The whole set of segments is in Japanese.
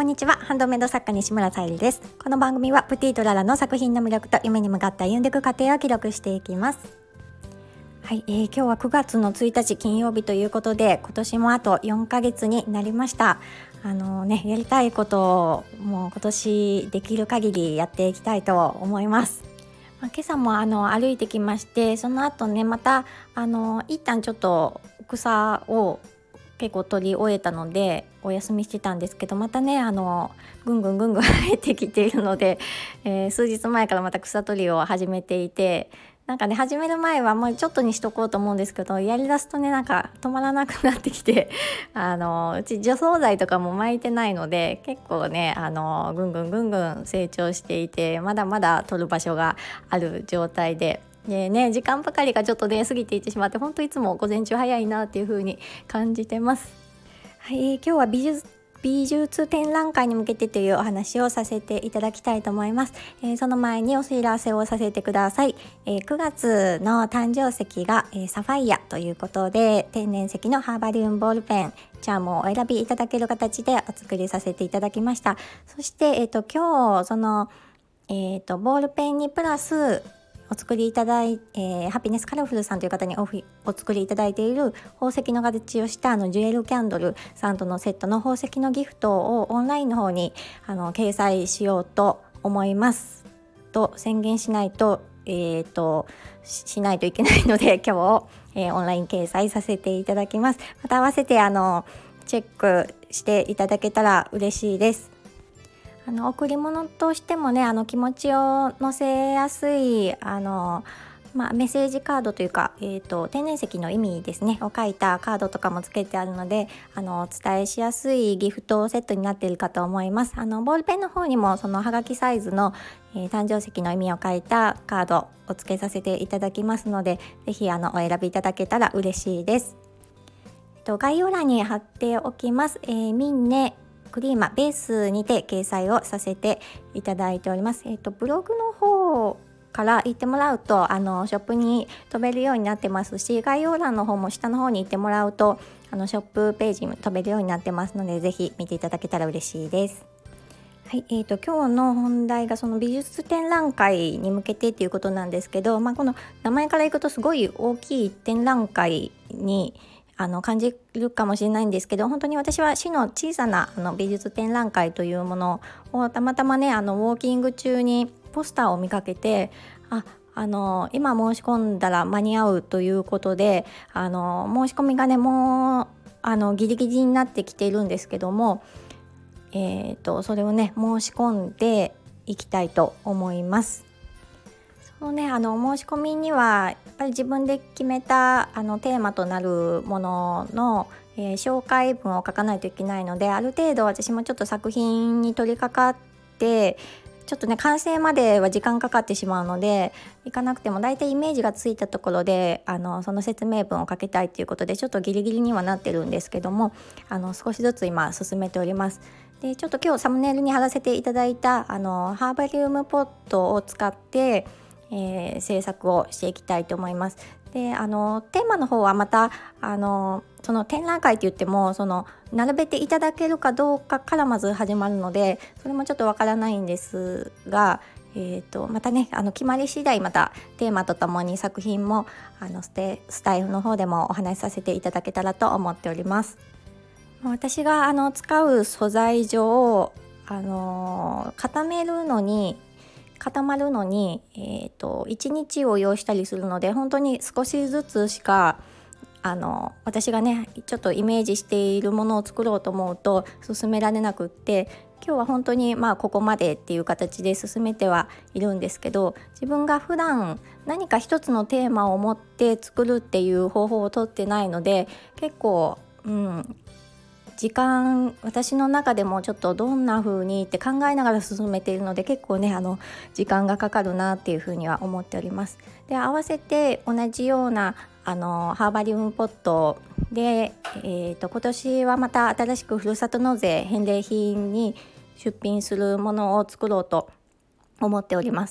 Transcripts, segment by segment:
んにちは。ハンドメイド作家西村さゆりです。この番組はプティとララの作品の魅力と夢に向かって歩んでいく過程を記録していきます。はい、今日は9月の1日金曜日ということで、今年もあと4ヶ月になりました。やりたいことをもう今年できる限りやっていきたいと思います。今朝も歩いてきまして、その後ねまた一旦ちょっと草を結構取り終えたのでお休みしてたんですけど、またねぐんぐん生えてきているので、数日前からまた草取りを始めていて、なんかね始める前はもうちょっとにしとこうと思うんですけど、やりだすとねなんか止まらなくなってきてうち除草剤とかも巻いてないので、結構ねぐんぐん成長していて、まだまだ取る場所がある状態で時間ばかりがちょっと過ぎていってしまって、本当いつも午前中早いなっていう風に感じてます。はい、今日は美術展覧会に向けてというお話をさせていただきたいと思います。その前にお知らせをさせてください。9月の誕生石が、サファイアということで、天然石のハーバリウムボールペンチャームをお選びいただける形でお作りさせていただきました。そして、今日その、ボールペンにプラスお作りいただいハピネスカラフルさんという方にお作りいただいている宝石の形をしたジュエルキャンドルさんとのセットの宝石のギフトをオンラインの方に掲載しようと思いますと宣言しないとしないといけないので、今日、オンライン掲載させていただきます。また合わせてチェックしていただけたら嬉しいです。贈り物としてもね気持ちを乗せやすいメッセージカードというか、天然石の意味ですねを書いたカードとかもつけてあるので、お伝えしやすいギフトセットになっているかと思います。ボールペンの方にもそのはがきサイズの、誕生石の意味を書いたカードをつけさせていただきますので、ぜひお選びいただけたら嬉しいです。概要欄に貼っておきます。ミンネクリーマベースにて掲載をさせていただいております。ブログの方から行ってもらうとショップに飛べるようになってますし、概要欄の方も下の方に行ってもらうとショップページに飛べるようになってますので、ぜひ見ていただけたら嬉しいです。はい、今日の本題がその美術展覧会に向けてっていうことなんですけど、この名前からいくとすごい大きい展覧会に感じるかもしれないんですけど、本当に私は市の小さな美術展覧会というものをたまたまねウォーキング中にポスターを見かけて、今申し込んだら間に合うということで申し込みがねもうギリギリになってきているんですけども、それをね申し込んでいきたいと思います。そのね申し込みにはやっぱり自分で決めたテーマとなるものの、紹介文を書かないといけないので、ある程度私もちょっと作品に取り掛かってちょっとね完成までは時間かかってしまうので、いかなくてもだいたいイメージがついたところでその説明文を書きたいということで、ちょっとギリギリにはなってるんですけども、少しずつ今進めております。でちょっと今日サムネイルに貼らせていただいたハーバリウムポットを使って制作をしていきたいと思います。でテーマの方はまたその展覧会って言っても並べていただけるかどうかからまず始まるので、それもちょっとわからないんですが、またね決まり次第またテーマとともに作品もスタイフの方でもお話しさせていただけたらと思っております。私が使う素材上固まるのに、1日を要したりするので、本当に少しずつしか私がねちょっとイメージしているものを作ろうと思うと進められなくって、今日は本当にここまでっていう形で進めてはいるんですけど、自分が普段何か一つのテーマを持って作るっていう方法をとってないので、結構時間私の中でもちょっとどんな風にって考えながら進めているので、結構ね時間がかかるなっていう風には思っております。で合わせて同じようなハーバリウムポットで、今年はまた新しくふるさと納税返礼品に出品するものを作ろうと思っております。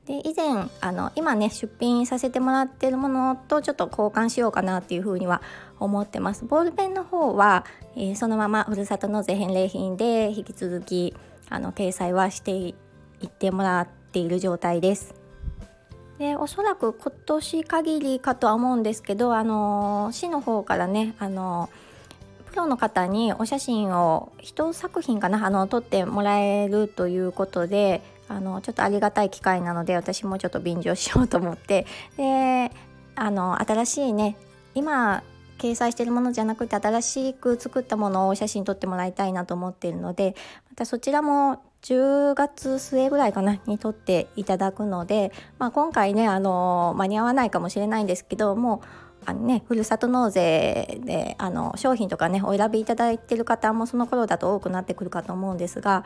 で以前今ね出品させてもらっているものとちょっと交換しようかなっていうふうには思ってます。ボールペンの方は、そのままふるさと納税返礼品で引き続き掲載はしていってもらっている状態です。でおそらく今年限りかとは思うんですけど、市の方からねプロの方にお写真を一作品かな撮ってもらえるということでちょっとありがたい機会なので、私もちょっと便乗しようと思って、で新しいね今掲載しているものじゃなくて新しく作ったものをお写真撮ってもらいたいなと思っているので、またそちらも10月末ぐらいかなに撮っていただくので、今回ね間に合わないかもしれないんですけども、ふるさと納税で商品とかねお選びいただいている方もその頃だと多くなってくるかと思うんですが、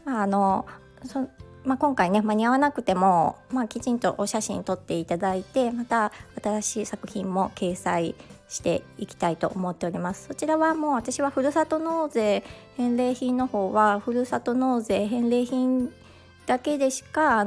今回ね間に合わなくても、きちんとお写真撮っていただいて、また新しい作品も掲載していきたいと思っております。そちらはもう私はふるさと納税返礼品の方はふるさと納税返礼品だけでしか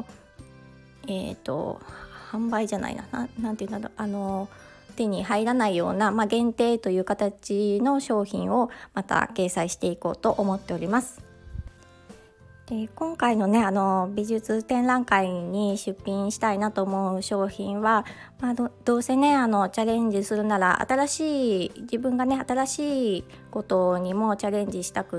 販売じゃないなんていうんだろう、手に入らないような、限定という形の商品をまた掲載していこうと思っております。で今回のね美術展覧会に出品したいなと思う商品は、どうせねチャレンジするなら自分がね新しいことにもチャレンジしたくって、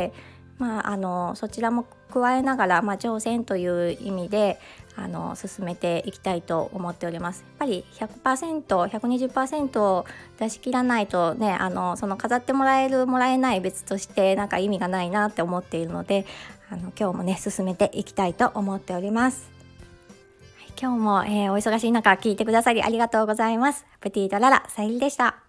そちらも加えながら、挑戦という意味で進めていきたいと思っております。やっぱり 100%、120% 出し切らないとねその飾ってもらえるもらえない別として意味がないなって思っているので、今日もね進めていきたいと思っております。今日も、お忙しい中聞いてくださりありがとうございます。プティとララさゆりでした。